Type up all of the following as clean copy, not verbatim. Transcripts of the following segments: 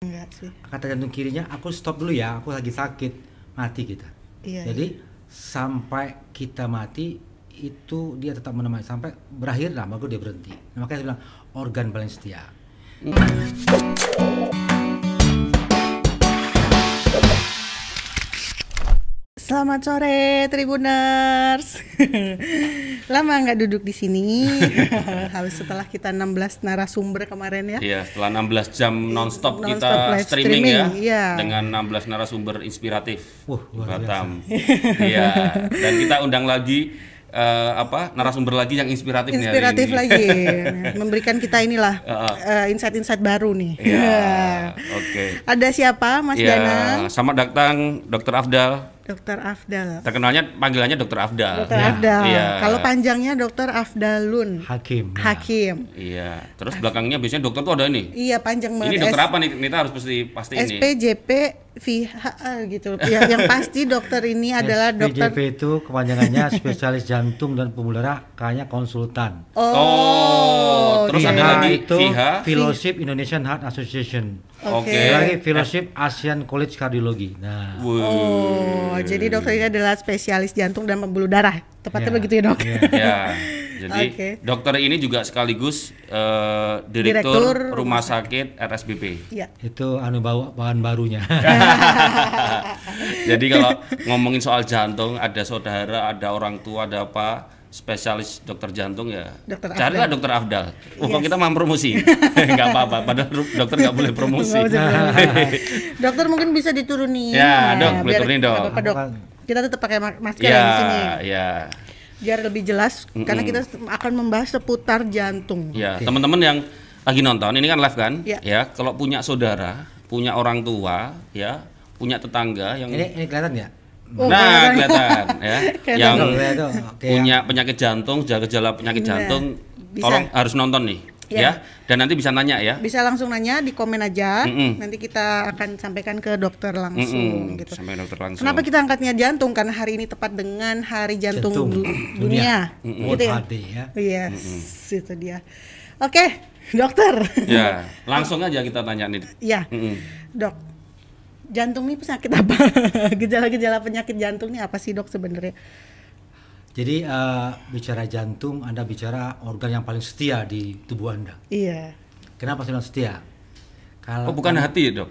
Enggak sih. Kata jantung kirinya, aku stop dulu ya, aku lagi sakit, mati kita. Iya. Jadi sampai kita mati itu dia tetap menemani sampai berakhir lah, baru dia berhenti. Nah, makanya saya bilang organ paling setia. Selamat sore Tribuners. Lama nggak duduk di sini. Habis setelah kita 16 narasumber kemarin ya. Iya, setelah 16 jam nonstop Non-stop kita live streaming ya, iya. dengan 16 narasumber inspiratif Luar Batam. Iya, dan kita undang lagi narasumber lagi yang inspiratif nih hari Inspiratif ini. lagi, memberikan kita inilah insight-insight baru nih. Iya, oke. Ada siapa, Mas Danang? Selamat datang Dr. Afdal. Dokter Afdal. Terkenalnya panggilannya Dr. Afdal. Dokter Afdal. Iya. Kalau panjangnya Dokter Afdalun. Hakim. Hakim. Iya. Terus belakangnya biasanya dokter tuh ada ini. Iya, panjang banget. Ini dokter apa nih? Kita harus pasti ini. SPJP VHA gitu. Yang pasti dokter ini adalah dokter. SPJP itu kepanjangannya spesialis jantung dan pembuluh darah, kayaknya konsultan. Terus ada VHA lagi itu VIHA. Fellowship Indonesian Heart Association. Oke. Ada lagi Fellowship Asian College Cardiology. Nah, Jadi dokter ini adalah spesialis jantung dan pembuluh darah. Tepatnya Ya, begitu ya, Dok? Ya, jadi Oke. dokter ini juga sekaligus Direktur Direktur Rumah Sakit RSBP. Iya. itu bahan barunya. Jadi kalau ngomongin soal jantung, ada saudara, ada orang tua, ada apa, spesialis dokter jantung ya, Dokter carilah Afdal. dokter Afdal. Kok Yes. kita mau promosi? Nggak apa-apa, padahal dokter nggak boleh promosi. Nggak usah bilang. Dokter mungkin bisa diturunin. Ya, Dok, boleh biar- turunin, Dok. nggak apa-apa, Dok. Kita tetap pakai masker Ya, di sini. ya, Biar lebih jelas karena kita akan membahas seputar jantung. ya. Teman-teman yang lagi nonton, ini kan live kan? Ya. Ya, kalau punya saudara, punya orang tua, ya, punya tetangga yang Ini kelihatan ya? Oh, nah, kelihatan ya. Kelihatan. Yang Kelihatan. Oke, punya penyakit jantung, gejala penyakit Nah, jantung, bisa. tolong harus nonton nih, Ya. ya. Dan nanti bisa nanya ya. Bisa langsung nanya di komen aja. Mm-mm. Nanti kita akan sampaikan ke dokter langsung gitu. Sampai dokter langsung. Kenapa kita angkatnya jantung? Karena hari ini tepat dengan Hari Jantung, Jantung Dunia. World Gitu ya. Heart Day ya. Yes, itu dia. Oke, dokter. Ya, langsung aja kita tanya nih. Ya, Mm-mm. Dok. Jantung ini penyakit apa? Gejala-gejala penyakit jantung ini apa sih, Dok, sebenarnya? Jadi bicara jantung, Anda bicara organ yang paling setia di tubuh Anda. Iya. Kenapa saya bilang setia? Oh, bukan hati ya, Dok?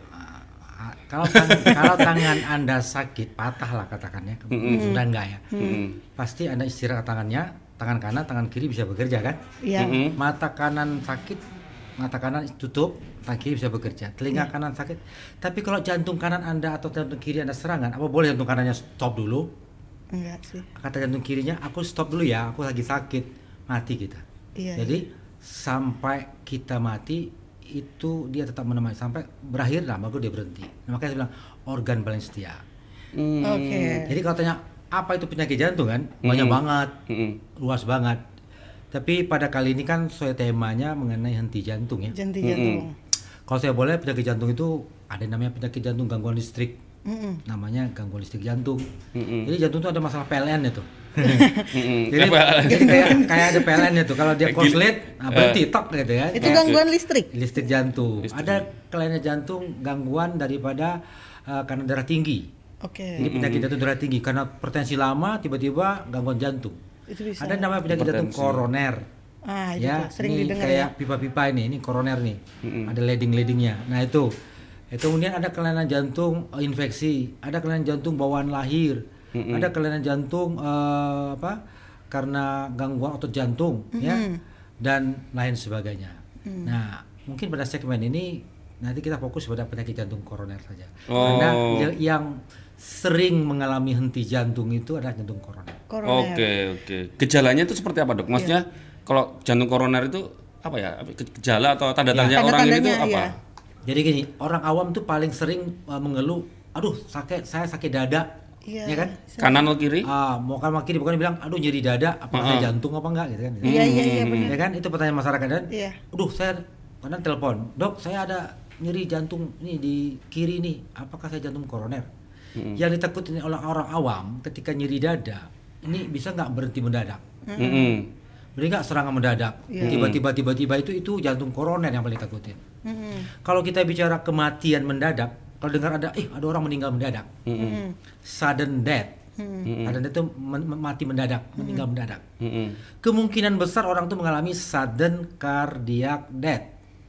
Kalau tangan Anda sakit, patah lah katakannya, sudah enggak ya? Pasti Anda istirahat tangan kanan, tangan kiri bisa bekerja kan? Iya. Mata kanan sakit, mata kanan tutup, tangan kiri bisa bekerja. Telinga kanan sakit. Tapi kalau jantung kanan Anda atau jantung kiri Anda serangan, apa boleh jantung kanannya stop dulu? Enggak sih. Kata jantung kirinya, aku stop dulu ya, aku lagi sakit, mati kita. Iya. Jadi sampai kita mati itu dia tetap menemani sampai berakhir lah, baru dia berhenti. Nah, makanya saya bilang organ paling setia. Oke. Jadi kalau tanya apa itu penyakit jantung kan, banyak banget, luas banget. Tapi pada kali ini kan sesuai temanya mengenai henti jantung ya. Jantung. Kalau saya boleh, penyakit jantung itu ada yang namanya penyakit jantung gangguan listrik. Namanya gangguan listrik jantung. Jadi jantung itu ada masalah PLN itu. jadi kayak ada PLN itu. Kalau dia korslet, berhenti tok gitu ya. Itu Kayak gangguan listrik. listrik jantung. Ada kelainan jantung gangguan daripada karena darah tinggi. Oke. Ini penyakit jantung darah tinggi karena hipertensi lama tiba-tiba gangguan jantung. Itu bisa. Ada yang namanya penyakit jantung koroner. Ah, itu Ya, tuh, sering ini didengar kayak ya. pipa-pipa ini koroner nih. Ada leading-leadingnya. Nah itu. Kemudian ada kelainan jantung infeksi, ada kelainan jantung bawaan lahir, ada kelainan jantung karena gangguan otot jantung, ya, dan lain sebagainya. Nah, mungkin pada segmen ini nanti kita fokus pada penyakit jantung koroner saja. Karena yang sering mengalami henti jantung itu adalah jantung koroner. Koroner. Oke. Gejalanya itu seperti apa, Dok? Maksudnya kalau jantung koroner itu apa ya? Gejala atau tanda-tandanya orang ini tuh Tanda-tandanya, apa? iya. Jadi gini, orang awam tuh paling sering mengeluh, aduh saya sakit dada, Iya. ya kan? Kanan atau kiri? Mau kan kiri bukan bilang, aduh nyeri dada, apakah saya jantung apa enggak gitu kan? Iya benar. Ya kan, itu pertanyaan masyarakat kan? Iya. Aduh saya kadang telepon, dok saya ada nyeri jantung nih di kiri nih, apakah saya jantung koroner? Yang ditakutin oleh orang awam ketika nyeri dada, ini bisa nggak berhenti mendadak? Beri nggak serangan mendadak, tiba-tiba itu jantung koroner yang paling takutin. Kalau kita bicara kematian mendadak, kalau dengar ada orang meninggal mendadak, sudden death, sudden death itu mati mendadak, meninggal mendadak. Kemungkinan besar orang itu mengalami sudden cardiac death,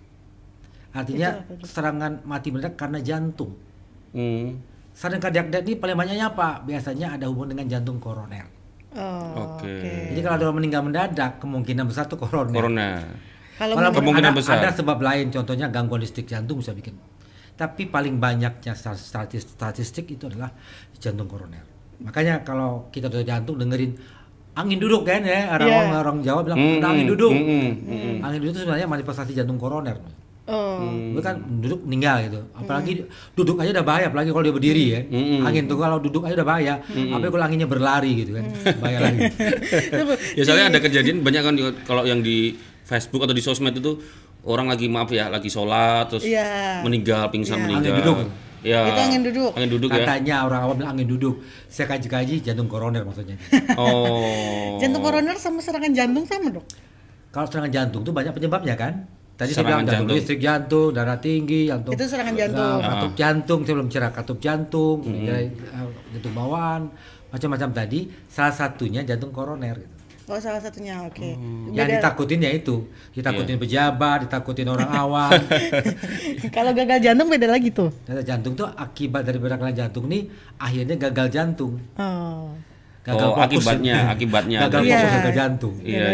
artinya serangan mati mendadak karena jantung. Sudden cardiac death ini paling banyaknya apa? Biasanya ada hubungan dengan jantung koroner. Jadi kalau ada orang meninggal mendadak, kemungkinan besar tuh koroner. Kalau kemungkinan besar ada sebab lain, contohnya gangguan listrik jantung bisa bikin. Tapi paling banyaknya statistik itu adalah jantung koroner. Makanya kalau kita udah jantung dengerin angin duduk kan ya, orang Jawa bilang angin duduk. Angin duduk itu sebenarnya manifestasi jantung koroner. Itu kan duduk meninggal gitu. Apalagi duduk aja udah bahaya, apalagi kalau dia berdiri ya. Angin tuh kalau duduk aja udah bahaya. Apalagi kalau anginnya berlari gitu kan. Bahaya lagi. Ya soalnya ada kejadian banyak kan kalau yang di Facebook atau di sosmed itu orang lagi lagi sholat terus meninggal, pingsan meninggal. Angin duduk. Ya. Itu angin duduk. Angin duduk ya. Katanya orang awam bilang angin duduk. Saya kaji-kaji jantung koroner maksudnya. Jantung koroner sama serangan jantung sama, Dok? Kalau serangan jantung tuh banyak penyebabnya kan. Tadi saya bilang jantung listrik jantung, darah tinggi, jantung. Itu serangan jantung. Katup jantung, saya belum cerah katup jantung, jantung bawaan, macam-macam tadi. Salah satunya jantung koroner. Gitu. Oh, salah satunya, oke. Yang ditakutin ya itu, ditakutin pejabat, ditakutin orang awam. Kalau gagal jantung beda lagi tuh. Gagal jantung tuh akibat dari kelainan jantung nih, akhirnya gagal jantung. Gagal akibatnya gagal fokus gagal jantung. Iya.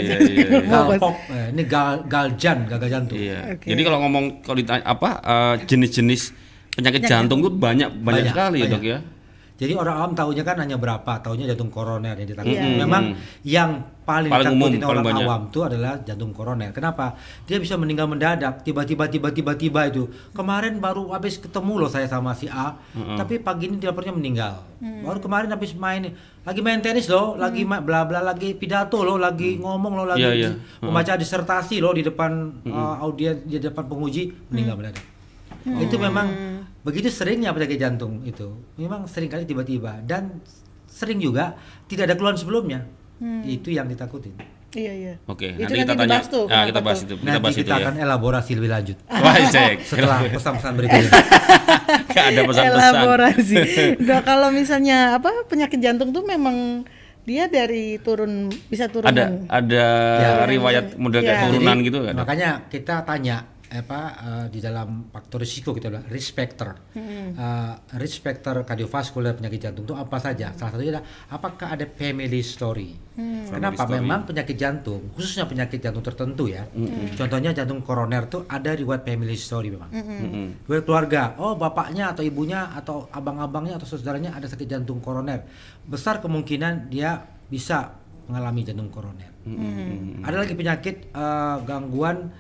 Ini gagal jantung. Iya. Jadi kalau ngomong ditanya jenis-jenis penyakit jantung tuh banyak sekali ya, Dok ya. Jadi orang awam taunya kan hanya berapa, taunya jantung koroner yang ditakutin. Memang yang paling ditakutin orang awam itu adalah jantung koroner. Kenapa? Dia bisa meninggal mendadak, tiba-tiba itu. Kemarin baru habis ketemu loh saya sama si A, tapi pagi ini dilapornya meninggal. Baru kemarin habis lagi main tenis loh, lagi bla bla, lagi pidato loh, lagi ngomong loh, lagi membaca disertasi loh di depan audiens, di depan penguji, meninggal mendadak. Itu memang begitu seringnya penyakit jantung itu. Memang sering kali tiba-tiba dan sering juga tidak ada keluhan sebelumnya. Itu yang ditakutin. Iya. Oke, nanti kita tanya. Kita bahas itu. Kita akan elaborasi lebih lanjut. Wah, setelah pesan-pesan berikutnya. Ada pesan-pesan. Elaborasi. Nah, kalau misalnya penyakit jantung tuh memang dia bisa turun. Ada riwayat model kayak turunan gitu kan. Makanya kita tanya di dalam faktor risiko kita adalah risk factor. Risk factor kardiovaskular penyakit jantung itu apa saja? Salah satunya adalah apakah ada family story. Kenapa? Memang penyakit jantung, khususnya penyakit jantung tertentu ya. Contohnya jantung koroner tuh ada riwayat family story memang. Riwayat keluarga, bapaknya atau ibunya atau abang-abangnya atau saudaranya ada sakit jantung koroner. Besar kemungkinan dia bisa mengalami jantung koroner. Ada lagi penyakit gangguan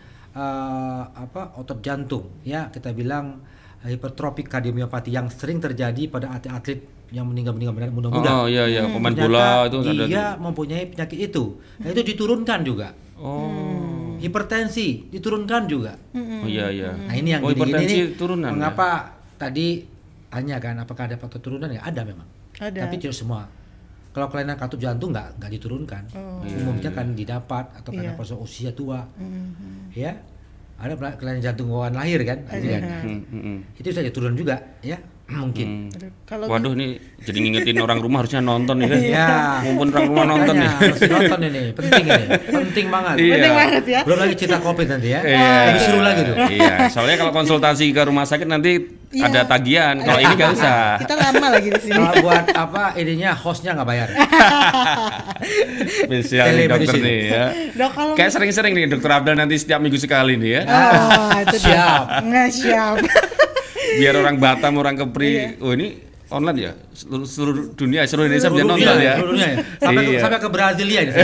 otot jantung ya, kita bilang hipertropik kardiomyopati yang sering terjadi pada atlet-atlet yang meninggal muda-muda. Pemain bola itu dia mempunyai penyakit itu. Nah, itu diturunkan juga. Hipertensi diturunkan juga. Nah, ini yang hipertensi turunan. Mengapa tadi tanya kan apakah ada faktor turunan? Ya ada memang. Tapi tidak semua. Kalau kelainan katup jantung nggak diturunkan, umumnya kan didapat atau karena proses usia tua, ya. Ada kelainan jantung bawaan lahir kan, itu saja turun juga, ya mungkin. Waduh, nih jadi ngingetin orang rumah harusnya nonton nih kan. Iya. Mumpun orang rumah nonton nih. Harus nonton ini, penting banget. Penting banget ya. Belum lagi cerita COVID nanti ya. Lebih seru lagi tuh. Iya, soalnya kalau konsultasi ke rumah sakit nanti ada tagihan. Kalau ini nggak usah. Kita lama lagi di sini. Kalau buat ininya hostnya nggak bayar. Spesial dokter nih ya. Kayak sering-sering nih Dokter Abdal nanti setiap minggu sekali nih ya. Itu siap. Nggak siap. Biar orang Batam, orang Kepri, ini online ya, seluruh dunia, seluruh Indonesia bisa nonton ya. Seluruh dunia ya. Sampai ke Brasilia ini.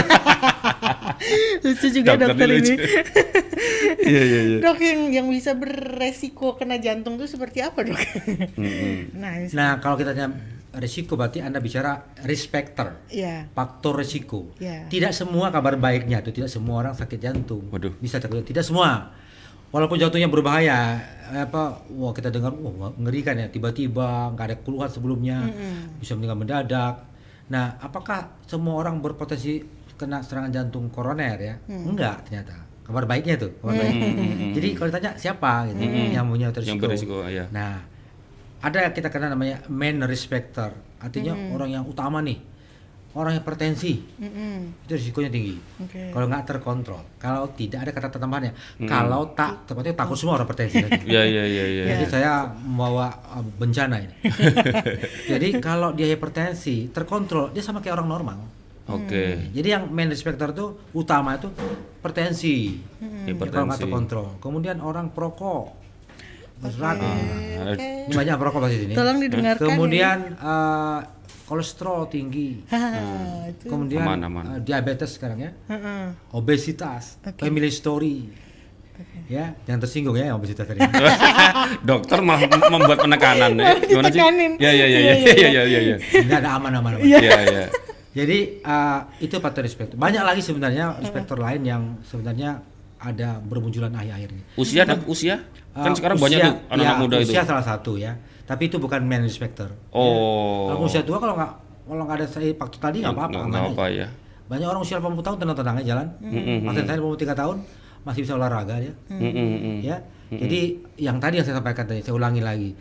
Lucu juga dokter ini. Iya. Dok, yang bisa beresiko kena jantung itu seperti apa, Dok? Nah, kalau kita tanya risiko berarti Anda bicara risk factor. Faktor risiko. Tidak semua kabar baiknya itu, tidak semua orang sakit jantung. Bisa terjadi, tidak semua. Walaupun jantungnya berbahaya, kita dengar, mengerikan ya, tiba-tiba nggak ada keluhan sebelumnya, bisa meninggal mendadak. Nah, apakah semua orang berpotensi kena serangan jantung koroner ya. Enggak ternyata. Kabar baiknya tuh, kabar baik. Jadi kalau ditanya siapa gitu yang punya risiko. Yang berisiko, ya. Nah, ada kita kenal namanya main risk factor. Artinya orang yang utama nih. Orang yang hipertensi itu risikonya tinggi. Kalau nggak terkontrol, kalau tidak ada kata tambahannya, kalau tepatnya takut semua orang hipertensi. Iya. Jadi saya membawa bencana ini. Jadi kalau dia hipertensi terkontrol, dia sama kayak orang normal. Jadi yang main risk factor itu utama itu hipertensi. Kalau nggak terkontrol. Kemudian orang perokok, berat. Ini banyak perokok pasti sini. Tolong didengarkan. Kemudian kolesterol tinggi, kemudian aman. Diabetes sekarang ya, obesitas, family story, ya jangan tersinggung ya obesitas tadi. Dokter malah membuat penekanan ya. Gimana sih? Iya. Nggak ada aman. Iya. Jadi itu faktor risk factor. Banyak lagi sebenarnya risk factor lain yang sebenarnya ada bermunculan akhir-akhir ini. Usia kan sekarang banyak tuh anak-anak muda itu. Usia salah satu ya. Tapi itu bukan main risk factor. Kalau usia tua kalau nggak ada faktor tadi nggak apa-apa. Nggak apa ya. Banyak orang usia 80 tahun tenang-tenang aja jalan. Pasien saya 83 tahun masih bisa olahraga dia. Ya. Jadi yang tadi yang saya sampaikan tadi saya ulangi lagi.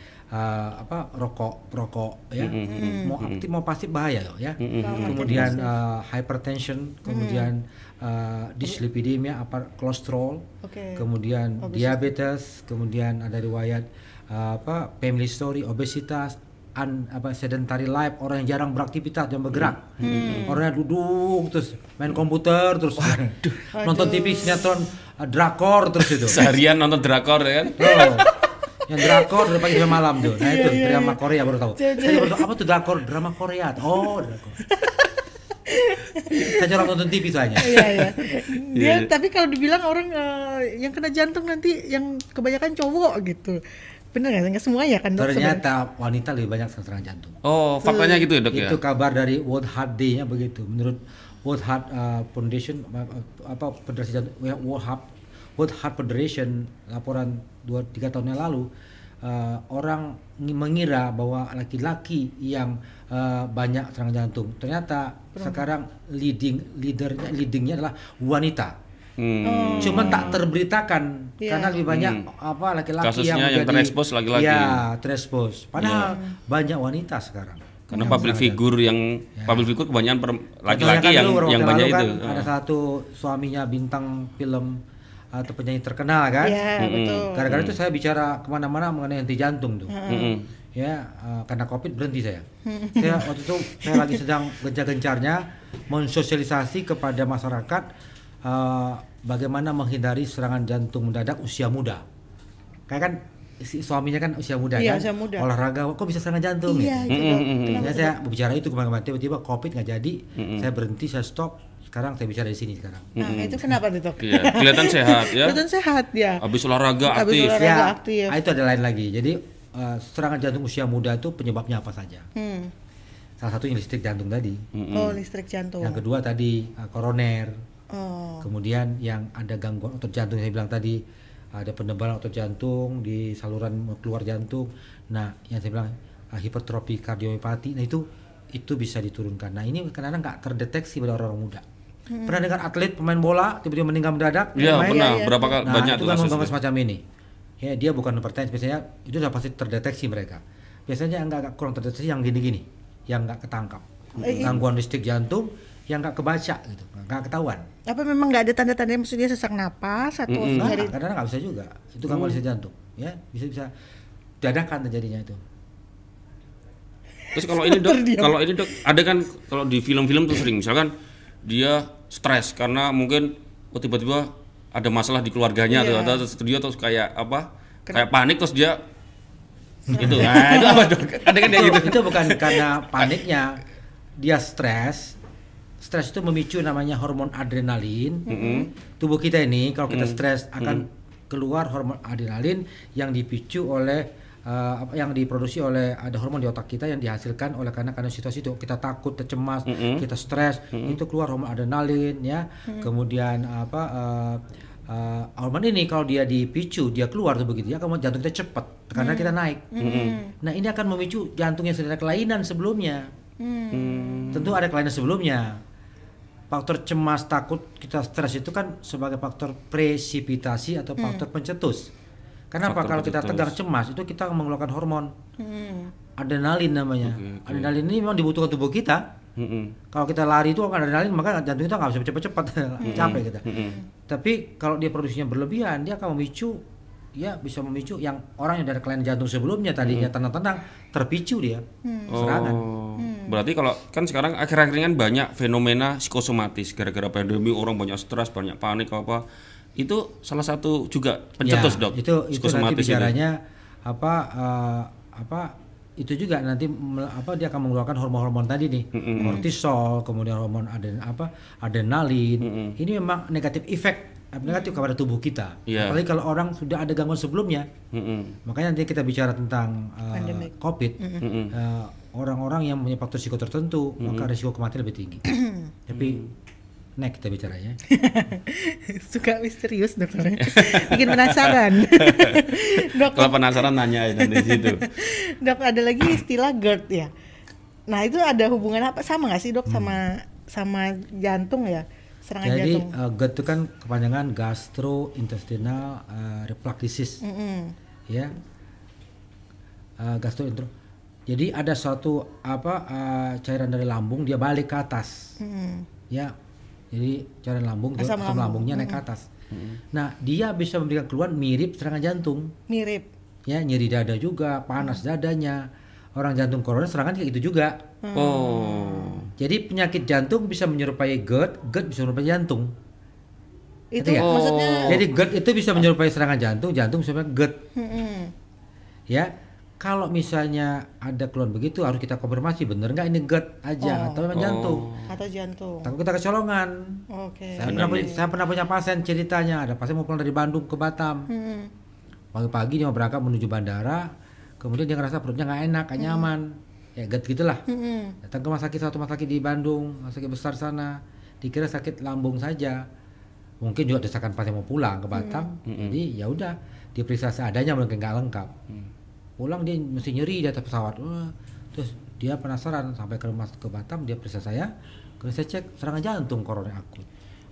Rokok ya. Mau pasti bahaya ya. Kemudian hypertension, kemudian dyslipidemia, kolesterol, kemudian diabetes, kemudian ada riwayat family story, obesitas, sedentary life, orang yang jarang beraktivitas, yang bergerak, orang yang duduk terus main komputer terus nonton TV sinetron drakor terus itu seharian nonton drakor ya kan. Yang drakor dari pagi sampai malam tuh. Nah itu drama Korea baru tahu. Saya baru tahu apa tuh drakor, drama Korea. Drakor. Saya jarang nonton TV soalnya. Dia tapi kalau dibilang orang yang kena jantung nanti yang kebanyakan cowok gitu. Benar nggak semua ya kan dok? Ternyata wanita lebih banyak serangan jantung. Faktanya gitu ya dok ya? Itu kabar dari World Heart Day-nya begitu. Menurut World Heart Foundation, Federasi Jantung, World Heart Federation, laporan 2-3 tahun yang lalu, orang mengira bahwa laki-laki yang banyak serangan jantung. Ternyata sekarang leadingnya adalah wanita. Cuman tak terberitakan karena lebih banyak laki-laki yang terekspos laki-laki. Ya, terekspos. Padahal banyak wanita sekarang. Karena public figure kebanyakan laki-laki yang banyak itu. Ada satu suaminya bintang film atau penyanyi terkenal kan. Betul. Gara-gara itu saya bicara kemana-mana mengenai henti jantung tuh. Ya, karena COVID berhenti saya. Saya waktu itu saya lagi sedang gencar-gencarnya mensosialisasi kepada masyarakat bagaimana menghindari serangan jantung mendadak usia muda. Kayak kan suaminya kan usia muda kan, usia muda. Olahraga kok bisa serangan jantung ya? Ya saya bicara itu kemarin tiba-tiba COVID nggak jadi, saya berhenti, saya stop. Sekarang saya bicara di sini sekarang. Itu kenapa tuh dok? Iya, kelihatan sehat ya. Kelihatan sehat ya. Habis olahraga aktif. Aktif. Itu ada lain lagi. Jadi serangan jantung usia muda itu penyebabnya apa saja? Salah satunya listrik jantung tadi. Listrik jantung. Yang kedua tadi koroner. Kemudian yang ada gangguan otot jantung saya bilang tadi, ada penebalan otot jantung di saluran keluar jantung. Nah, yang saya bilang hipertrofi kardiomiopati. Nah itu bisa diturunkan. Nah ini kadang-kadang nggak terdeteksi pada orang muda. Pernah dengar atlet pemain bola tiba-tiba meninggal mendadak? Iya pernah. Berapa kali banyak itu kan kasus semacam ini. Ya dia bukan hipertensi, biasanya itu sudah pasti terdeteksi mereka. Biasanya yang nggak kurang terdeteksi yang gini-gini, yang nggak ketangkap. Gangguan listrik jantung yang nggak kebaca gitu, nggak ketahuan. Apa memang nggak ada tanda-tanda maksudnya sesak napas atau kadang-kadang nggak bisa juga. Itu gangguan listrik jantung, ya bisa dadakan terjadinya itu. Terus kalau ini dok, ada kan kalau di film-film tuh sering misalkan dia stres karena mungkin tiba-tiba ada masalah di keluarganya tuh atau dia terus kayak panik terus dia itu. Nah, itu apa dok? Ada kan kayak gitu. Itu bukan karena paniknya, dia stres. Stres itu memicu namanya hormon adrenalin. Tubuh kita ini kalau kita stres akan keluar hormon adrenalin yang dipicu oleh yang diproduksi oleh ada hormon di otak kita yang dihasilkan oleh karena situasi itu kita takut, kita cemas, kita stres, itu keluar hormon adrenalin ya. Kemudian hormon ini kalau dia dipicu dia keluar tuh begitu ya, kemudian jantung kita cepat, tekanan kita naik. Nah ini akan memicu jantung yang sudah ada kelainan sebelumnya. Tentu ada kelainan sebelumnya. faktor cemas, takut, kita stres itu kan sebagai faktor presipitasi atau faktor pencetus. Kenapa? Kalau kita tegang, cemas itu kita mengeluarkan hormon adrenalin namanya. Adrenalin ini memang dibutuhkan tubuh kita. Kalau kita lari itu adrenalin, maka jantung kita nggak bisa cepat-cepat, capek kita. Tapi kalau dia produksinya berlebihan, dia akan memicu, ya bisa memicu yang orang yang dari kelainan jantung sebelumnya tadinya tenang-tenang terpicu dia serangan. Berarti kalau kan sekarang akhir-akhir ini kan banyak fenomena psikosomatis gara-gara pandemi, orang banyak stres, banyak panik apa. Itu salah satu juga pencetus, Dok. Itu nanti bicaranya itu juga nanti dia akan mengeluarkan hormon-hormon tadi nih, kortisol, kemudian hormon adrenalin. Ini memang negatif kepada tubuh kita. Apalagi kalau orang sudah ada gangguan sebelumnya. Makanya nanti kita bicara tentang COVID. Orang-orang yang punya faktor risiko tertentu, maka risiko kematian lebih tinggi. Tapi next kita bicaranya. Suka misterius dokternya. Bikin penasaran. Dok, kalau penasaran nanya nanti di situ. Dok, ada lagi istilah GERD ya. Nah, itu ada hubungan apa, sama nggak sih dok sama jantung ya? Serangan jantung. Jadi GERD itu kan kepanjangan gastrointestinal reflux disease. Ya. Jadi ada suatu cairan dari lambung dia balik ke atas. Ya. Jadi cairan lambung, asam lambungnya naik ke atas. Nah, dia bisa memberikan keluhan mirip serangan jantung. Mirip. Ya, nyeri dada juga, panas dadanya. Orang jantung koroner serangan kayak gitu juga. Jadi penyakit jantung bisa menyerupai GERD, GERD bisa menyerupai jantung. Itu maksudnya. Jadi GERD itu bisa menyerupai serangan jantung, jantung bisa menyerupai GERD. Ya. Kalau misalnya ada keluhan begitu harus kita konfirmasi bener nggak ini GERD aja atau memang jantung. Atau jantung. Takut kita kecolongan. Saya pernah punya pasien ceritanya, ada pasien mau pulang dari Bandung ke Batam. Pagi-pagi dia mau berangkat menuju bandara, kemudian dia ngerasa perutnya nggak enak, nggak nyaman, ya GERD gitulah. Datang ke satu rumah sakit di Bandung, rumah sakit besar sana, dikira sakit lambung saja. Mungkin juga desakan pasien mau pulang ke Batam, jadi ya udah diperiksa seadanya mungkin nggak lengkap. Pulang dia mesti nyeri di atas pesawat. Terus dia penasaran sampai ke Batam, dia periksa saya, kemudian saya cek serangan jantung koroner akut.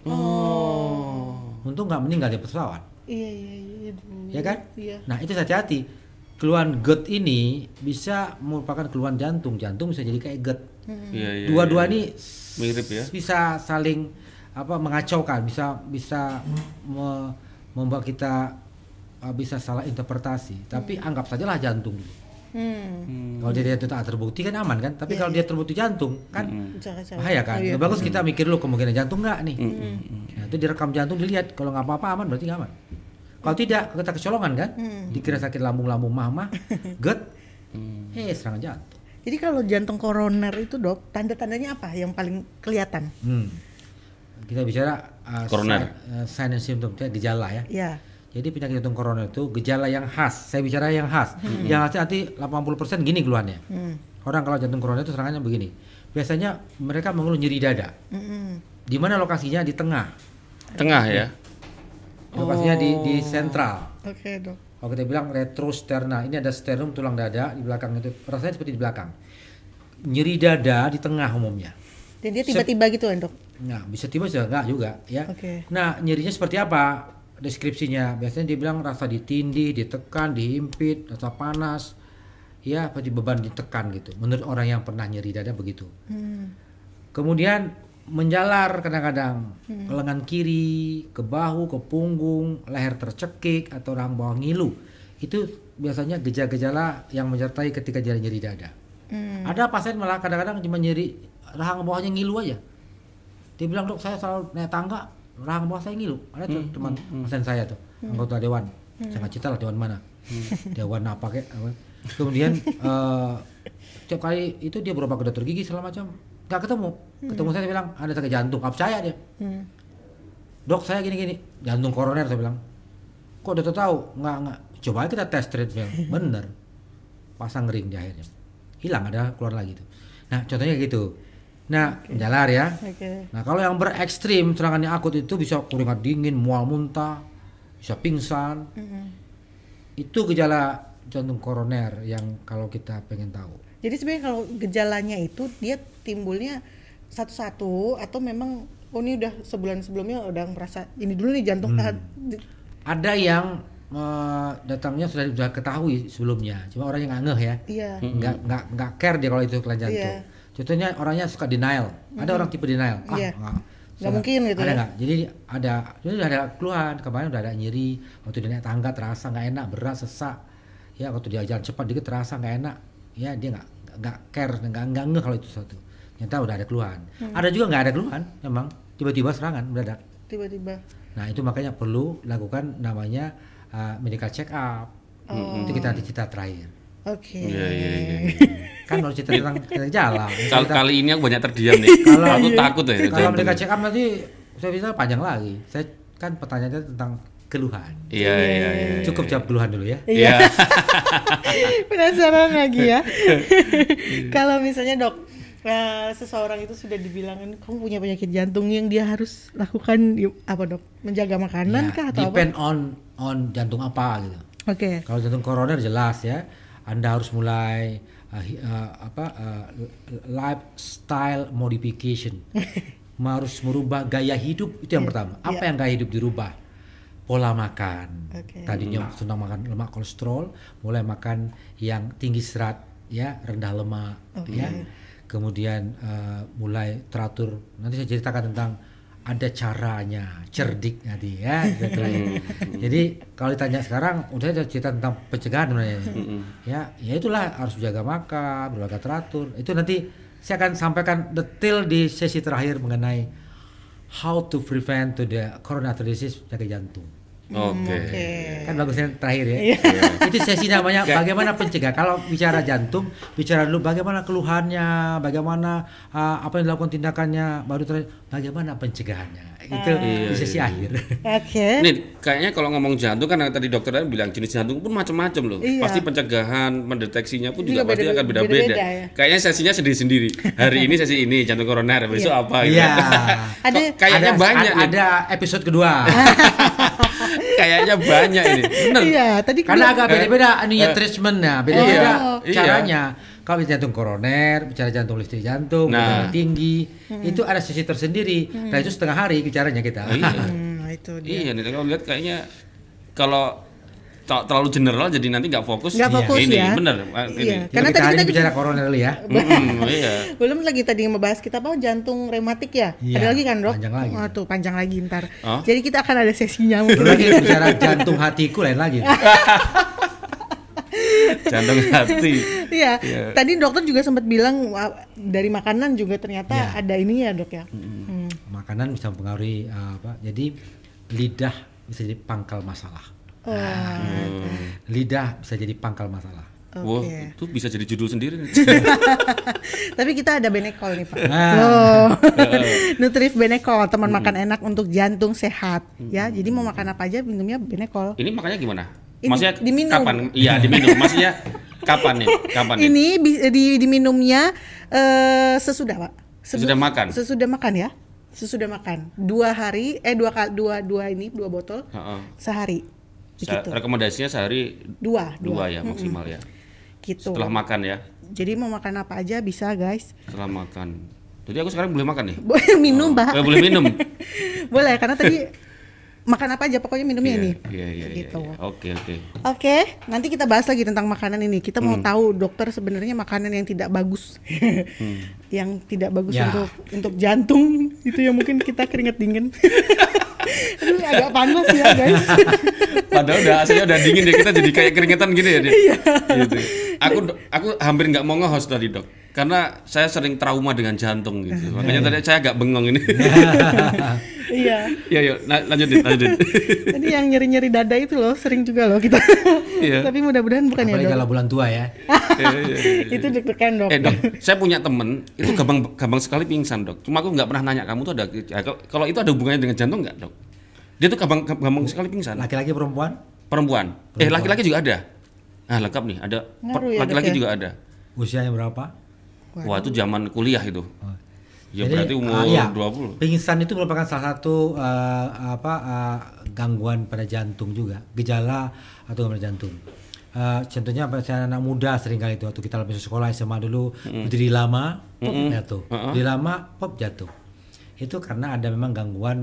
Untung nggak meninggal di pesawat. Iya. Ya kan? Iya. Nah itu hati-hati. Keluhan GERD ini bisa merupakan keluhan jantung bisa jadi kayak GERD. Dua-dua ini mirip ya. Bisa saling mengacaukan, bisa membuat kita bisa salah interpretasi, tapi anggap sajalah jantung dulu. Kalau dia tak terbukti kan aman kan, tapi kalau dia terbukti jantung kan bahaya kan. Bagus kita mikir dulu kemungkinan jantung nggak nih. Nah, itu direkam jantung dilihat, kalau nggak apa-apa aman berarti nggak aman. Kalau tidak kita kecolongan kan, dikira sakit lambung mah GERD, serangan jantung. Jadi kalau jantung koroner itu dok, tanda-tandanya apa yang paling kelihatan? Kita bicara koroner, sign and symptom, gejala ya. Iya. Jadi penyakit jantung koroner itu gejala yang khas. Saya bicara yang khas. Yang khasnya nanti 80% gini keluhannya. Orang kalau jantung koroner itu serangannya begini. Biasanya mereka mengeluh nyeri dada. Di mana lokasinya? Di tengah. Tengah ya. Lokasinya di sentral. Oke, dok. Kalau kita bilang retrosterna, ini ada sternum tulang dada di belakang itu. Rasanya seperti di belakang. Nyeri dada di tengah umumnya. Dan dia tiba-tiba gitu kan, dok? Nah, bisa tiba-tiba enggak juga ya. Okay. Nah, nyerinya seperti apa? Deskripsinya biasanya dibilang rasa ditindih, ditekan, dihimpit, rasa panas, ya seperti beban ditekan gitu. Menurut orang yang pernah nyeri dada begitu. Kemudian menjalar kadang-kadang ke lengan kiri, ke bahu, ke punggung, leher tercekik atau rahang bawah ngilu. Itu biasanya gejala-gejala yang menyertai ketika nyeri dada. Ada pasien malah kadang-kadang cuma nyeri rahang bawahnya ngilu aja. Dia bilang, dok saya selalu naik tangga, rahang bawah saya ngilu. Ada tuh teman pasien saya tuh, anggota dewan. Saya nggak cerita lah dewan mana. Dewan apa kek. Kemudian setiap kali itu dia berobat ke dokter gigi segala macam, nggak ketemu. Ketemu saya bilang ada sakit jantung, nggak percaya dia. Dok saya gini-gini, jantung koroner saya bilang. Kok dokter tahu? Nggak. Coba kita tes treatment, bener. Pasang ring di akhirnya, hilang ada keluar lagi tuh. Nah contohnya gitu. Nah, menjalar ya. Nah, kalau yang berekstrim serangannya akut itu bisa keringat dingin, mual muntah, bisa pingsan. Itu gejala jantung koroner yang kalau kita pengen tahu. Jadi sebenarnya kalau gejalanya itu dia timbulnya satu-satu atau memang oh ini udah sebulan sebelumnya udah merasa ini dulu nih jantung. Ada yang datangnya sudah ketahui sebelumnya, cuma orang yang nggak ngeh ya, nggak care dia kalau itu kelainan jantung. Contohnya orangnya suka denial, ada orang tipe denial, nggak mungkin gitu ada ya. nggak? Jadi ada keluhan, kemarin udah ada nyeri, waktu dia naik tangga terasa nggak enak, berat, sesak, ya waktu dia jalan cepat dikit terasa nggak enak, ya dia nggak care, nggak ngeh kalau itu satu. Ternyata udah ada keluhan. Ada juga nggak ada keluhan, memang tiba-tiba serangan mendadak. Tiba-tiba. Nah itu makanya perlu lakukan namanya medical check up. Itu kita nanti cerita terakhir. Oke. Kan kalau cerita tentang gejala. Kali ini aku banyak terdiam nih. Aku takut ya. Kalau medical check up nanti saya bisa panjang lagi. Saya kan pertanyaannya tentang keluhan. Iya. Cukup jawab keluhan dulu ya. Iya. Penasaran lagi ya. Kalau misalnya dok, seseorang itu sudah dibilangin kamu punya penyakit jantung, yang dia harus lakukan apa dok? Menjaga makanan kah atau depend apa? on jantung apa gitu. Oke. Kalau jantung koroner jelas ya, Anda harus mulai lifestyle modification. Harus merubah gaya hidup, itu yang pertama. Apa yang gaya hidup dirubah? Pola makan. Tadinya senang makan lemak kolesterol, mulai makan yang tinggi serat ya, rendah lemak ya. Kemudian mulai teratur. Nanti saya ceritakan tentang ada caranya, cerdik nanti ya. Jadi kalau ditanya sekarang, udah cerita tentang pencegahan sebenarnya. Ya itulah harus jaga makan, berolahraga teratur. Itu nanti saya akan sampaikan detail di sesi terakhir mengenai how to prevent to the coronary disease penyakit jantung. Kan bagusnya terakhir ya. Itu sesi namanya bagaimana pencegah. Kalau bicara jantung, bicara dulu bagaimana keluhannya, bagaimana apa yang dilakukan tindakannya, baru terakhir bagaimana pencegahannya. Itu di sesi akhir. Nih kayaknya kalau ngomong jantung kan tadi dokter bilang jenis jantung pun macam-macam loh. Pasti pencegahan, mendeteksinya pun juga pasti akan beda-beda. Ya. Kayaknya sesinya sendiri-sendiri. Hari ini sesi ini jantung koroner, besok apa gitu. Kayaknya banyak nih. Ada episode kedua. Kayaknya banyak ini. Bener. Iya, tadi karena agak beda-beda treatmentnya, beda-beda caranya. Kalau bicara jantung koroner, bicara jantung listrik jantung, bicara tinggi, itu ada sesi tersendiri. Nah itu setengah hari bicaranya kita. Itu dia. Iya, nih kalau lihat kayaknya kalau terlalu general jadi nanti nggak fokus. Nggak fokus ini, ya. Bener. Iya. Karena tadi kita bicara koroner ya. Belum lagi tadi membahas kita apa jantung rematik ya. Ada lagi kan dok? Panjang lagi. Panjang lagi ntar. Jadi kita akan ada sesinya. Belum lagi bicara jantung hatiku lain lagi. Jantung hati. Iya. Tadi dokter juga sempat bilang dari makanan juga ternyata ada ini ya dok ya. Makanan bisa mempengaruhi jadi lidah bisa jadi pangkal masalah. Lidah bisa jadi pangkal masalah. Wow, itu bisa jadi judul sendiri. Tapi kita ada Benecol nih Pak. Nutrif Benecol, teman makan enak untuk jantung sehat. Ya, jadi mau makan apa aja minumnya Benecol. Ini makannya gimana? Ini maksudnya diminum. Kapan? Iya diminum. Maksudnya kapan nih? Ini diminumnya sesudah Pak. Sesudah makan. Sesudah makan ya. Sesudah makan. 2 hari, dua botol sehari. Rekomendasinya sehari 2 ya maksimal ya. Gitu. Setelah makan ya. Jadi mau makan apa aja bisa guys. Setelah makan. Jadi aku sekarang boleh makan nih? Boleh minum Pak. Boleh minum. Boleh karena tadi makan apa aja pokoknya minumnya ini. Iya. Gitu. Oke. Nanti kita bahas lagi tentang makanan ini. Kita mau tahu dokter sebenarnya makanan yang tidak bagus, yang tidak bagus untuk jantung itu yang mungkin kita keringat dingin. Aduh, agak panas ya guys. Padahal aslinya udah dingin ya, kita jadi kayak keringetan gini ya dia. Gitu. Aku hampir nggak mau nge-host tadi dok, karena saya sering trauma dengan jantung gitu. Makanya tadi saya agak bengong ini. Iya. Iya, lanjutin. Tadi yang nyeri-nyeri dada itu loh, sering juga loh kita. Tapi mudah-mudahan bukan ya dok. Apalagi kalau bulan tua ya. Itu deg-degan dok. Dok, saya punya temen itu gampang sekali pingsan dok. Cuma aku nggak pernah nanya kamu tuh ada kalau itu ada hubungannya dengan jantung nggak dok? Dia tuh gampang sekali pingsan. Laki-laki perempuan? Perempuan. Laki-laki juga ada. Nah lengkap nih, ada laki-laki juga ada. Usianya berapa? Wah itu zaman kuliah itu. Ya jadi, berarti umur 20. Pingsan itu merupakan salah satu gangguan pada jantung juga, gejala atau gangguan jantung. Contohnya pada anak muda seringkali itu waktu kita masih sekolah SMA dulu berdiri lama, pop jatuh. Berdiri lama, pop jatuh. itu karena ada memang gangguan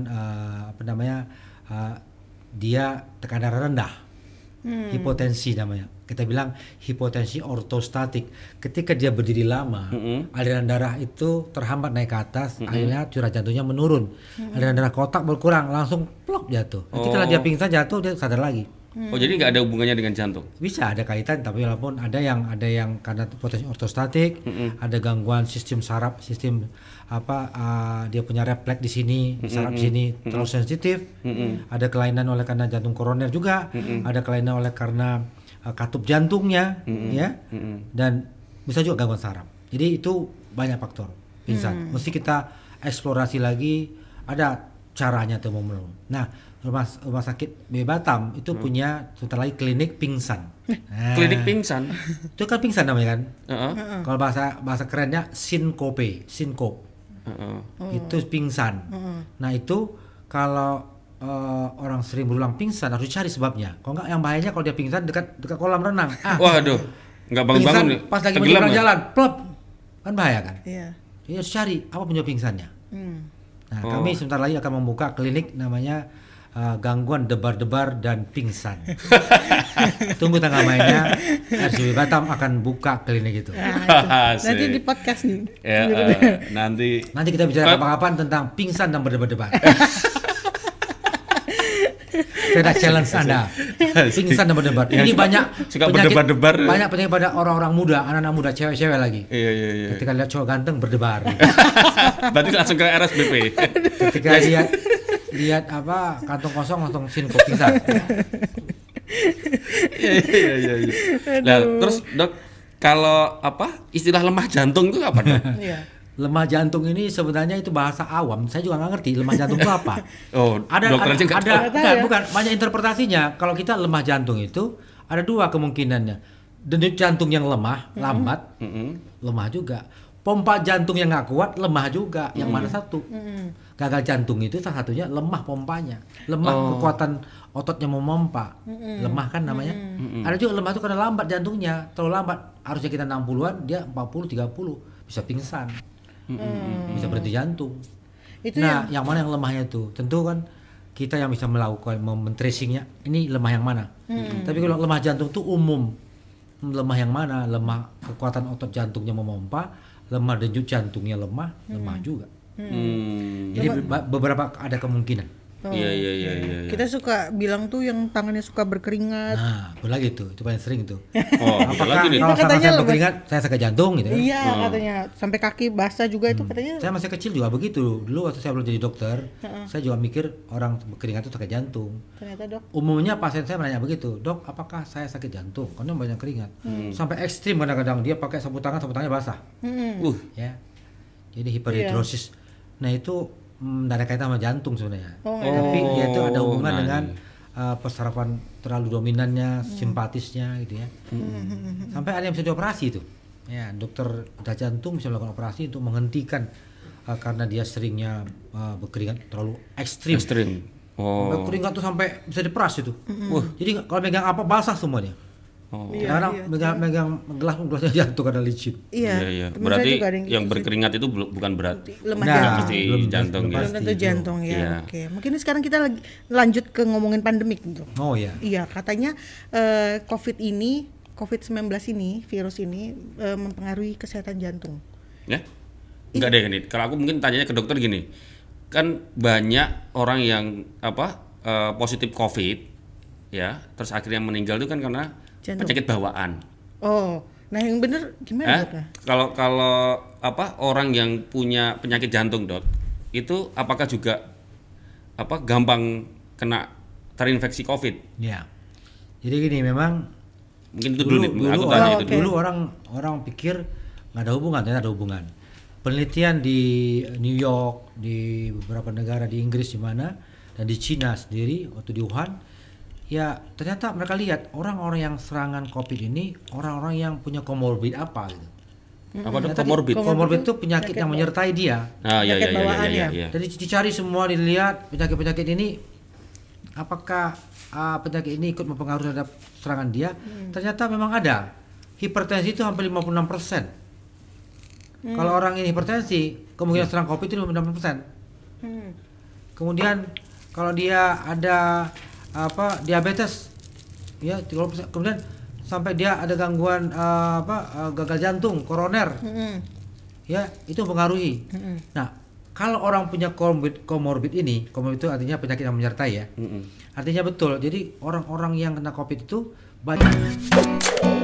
dia tekanan darah rendah. Hipotensi namanya. Kita bilang hipotensi ortostatik. Ketika dia berdiri lama, aliran darah itu terhambat naik ke atas, akhirnya curah jantungnya menurun. Aliran darah ke otak berkurang, langsung plok jatuh. Ketika dia pingsan jatuh, dia sadar lagi. Oh, jadi nggak ada hubungannya dengan jantung? Bisa ada kaitan, tapi walaupun ada yang karena potensi ortostatik, ada gangguan sistem saraf, dia punya refleks di sini, saraf di sini terlalu sensitif. Ada kelainan oleh karena jantung koroner juga, ada kelainan oleh karena katup jantungnya, ya, dan bisa juga gangguan saraf. Jadi itu banyak faktor pingsan. Mesti kita eksplorasi lagi, ada caranya tuh memeluk. Nah, rumah sakit B Batam itu punya sebentar lagi klinik pingsan. Nah, klinik pingsan? Itu kan pingsan namanya kan. Kalau bahasa kerennya sinkope. Itu pingsan. Nah itu kalau orang sering berulang pingsan harus cari sebabnya. Kalau enggak, yang bahayanya kalau dia pingsan dekat kolam renang. Waduh, nggak bangun-bangun nih. Pas lagi menyeberang jalan, plop, kan bahaya kan. Iya. Jadi harus cari apa penyebab pingsannya. Nah, kami sebentar lagi akan membuka klinik namanya gangguan debar-debar dan pingsan. Tunggu tanggal mainnya. RSUD Batam akan buka klinik itu. Nanti di podcast nih. Ya, nanti kita bicara kapan-kapan tentang pingsan dan berdebar-debar. Saya ada challenge Anda. Pingsan dan berdebar. Ini banyak suka berdebar-debar. Banyak penyakit pada orang-orang muda, anak-anak muda, cewek-cewek lagi. Iya. Ketika lihat cowok ganteng berdebar. Berarti langsung ke RSBP. Ketika lihat kantong kosong langsung sinko pingsan. Iya. Nah, terus Dok, kalau istilah lemah jantung itu apa, Dok? Iya. Lemah jantung ini sebenarnya itu bahasa awam. Saya juga nggak ngerti lemah jantung itu apa. Oh, bukan banyak interpretasinya. Kalau kita lemah jantung itu ada dua kemungkinannya. Denyut jantung yang lemah, lambat, lemah juga. Pompa jantung yang nggak kuat, lemah juga. Yang mana satu? Gagal jantung itu salah satunya lemah pompanya, lemah kekuatan ototnya memompa, lemah kan namanya. Ada juga lemah itu karena lambat jantungnya, terlalu lambat. Harusnya kita 60-an, dia 40-30, bisa pingsan. Bisa berhenti jantung. Itu yang mana yang lemahnya itu? Tentu kan kita yang bisa melakukan tracingnya. Ini lemah yang mana? Tapi kalau lemah jantung itu umum. Lemah yang mana? Lemah kekuatan otot jantungnya memompa, lemah denyut jantungnya lemah juga. Jadi beberapa ada kemungkinan. Iya. Kita suka bilang tuh yang tangannya suka berkeringat. Nah, lagi itu paling sering tuh. Apakah kalau saya berkeringat, saya sakit jantung gitu kan? Iya, katanya sampai kaki basah juga itu katanya. Saya masih kecil juga begitu. Dulu waktu saya belum jadi dokter, saya juga mikir orang berkeringat itu sakit jantung. Ternyata Dok. Umumnya pasien saya menanya begitu, Dok, apakah saya sakit jantung? Karena banyak keringat. Sampai ekstrim kadang-kadang dia pakai sapu tangannya basah. Ya. Jadi hiperhidrosis. Nah itu tidak ada kaitan sama jantung sebenarnya. Tapi dia itu ada hubungan dengan persarafan terlalu dominannya, simpatisnya gitu ya. Sampai ada yang bisa dioperasi itu. Ya, dokter bedah jantung bisa melakukan operasi untuk menghentikan karena dia seringnya berkeringat terlalu ekstrim. Keringat tuh sampai bisa diperas itu. Jadi kalau megang apa basah semuanya. Kadang megang gelasnya jatuh karena licin. Iya. Berarti yang berkeringat itu bukan berarti lemah jantung. Belum tentu jantung ya. Oke. Mungkin sekarang kita lagi lanjut ke ngomongin pandemik gitu. Oh iya. Iya, katanya COVID-19 ini, virus ini mempengaruhi kesehatan jantung. Ya? Enggak deh ini. Kalau aku mungkin tanyanya ke dokter gini. Kan banyak orang yang positif COVID ya, terus akhirnya meninggal itu kan karena penyakit bawaan. Oh, nah yang bener gimana Dok? Kalau orang yang punya penyakit jantung, Dok, itu apakah juga gampang kena terinfeksi COVID? Ya. Jadi gini, memang mungkin itu dulu aku tanya itu. Dulu orang pikir nggak ada hubungan, ternyata ada hubungan. Penelitian di New York, di beberapa negara di Inggris di mana, dan di Cina sendiri waktu di Wuhan, ya ternyata mereka lihat orang-orang yang serangan COVID ini orang-orang yang punya komorbid apa gitu. Apa itu komorbid? Komorbid itu penyakit yang menyertai dia. Iya. Jadi dicari semua, dilihat penyakit-penyakit ini apakah penyakit ini ikut mempengaruhi terhadap serangan dia. Ternyata memang ada. Hipertensi itu hampir 56%. Kalau orang ini hipertensi, kemungkinan serang COVID itu 56%. Kemudian kalau dia ada diabetes, ya kemudian sampai dia ada gangguan gagal jantung, koroner, ya itu mempengaruhi. Nah, kalau orang punya komorbid ini, komorbid itu artinya penyakit yang menyertai ya. Artinya betul. Jadi orang-orang yang kena COVID itu banyak.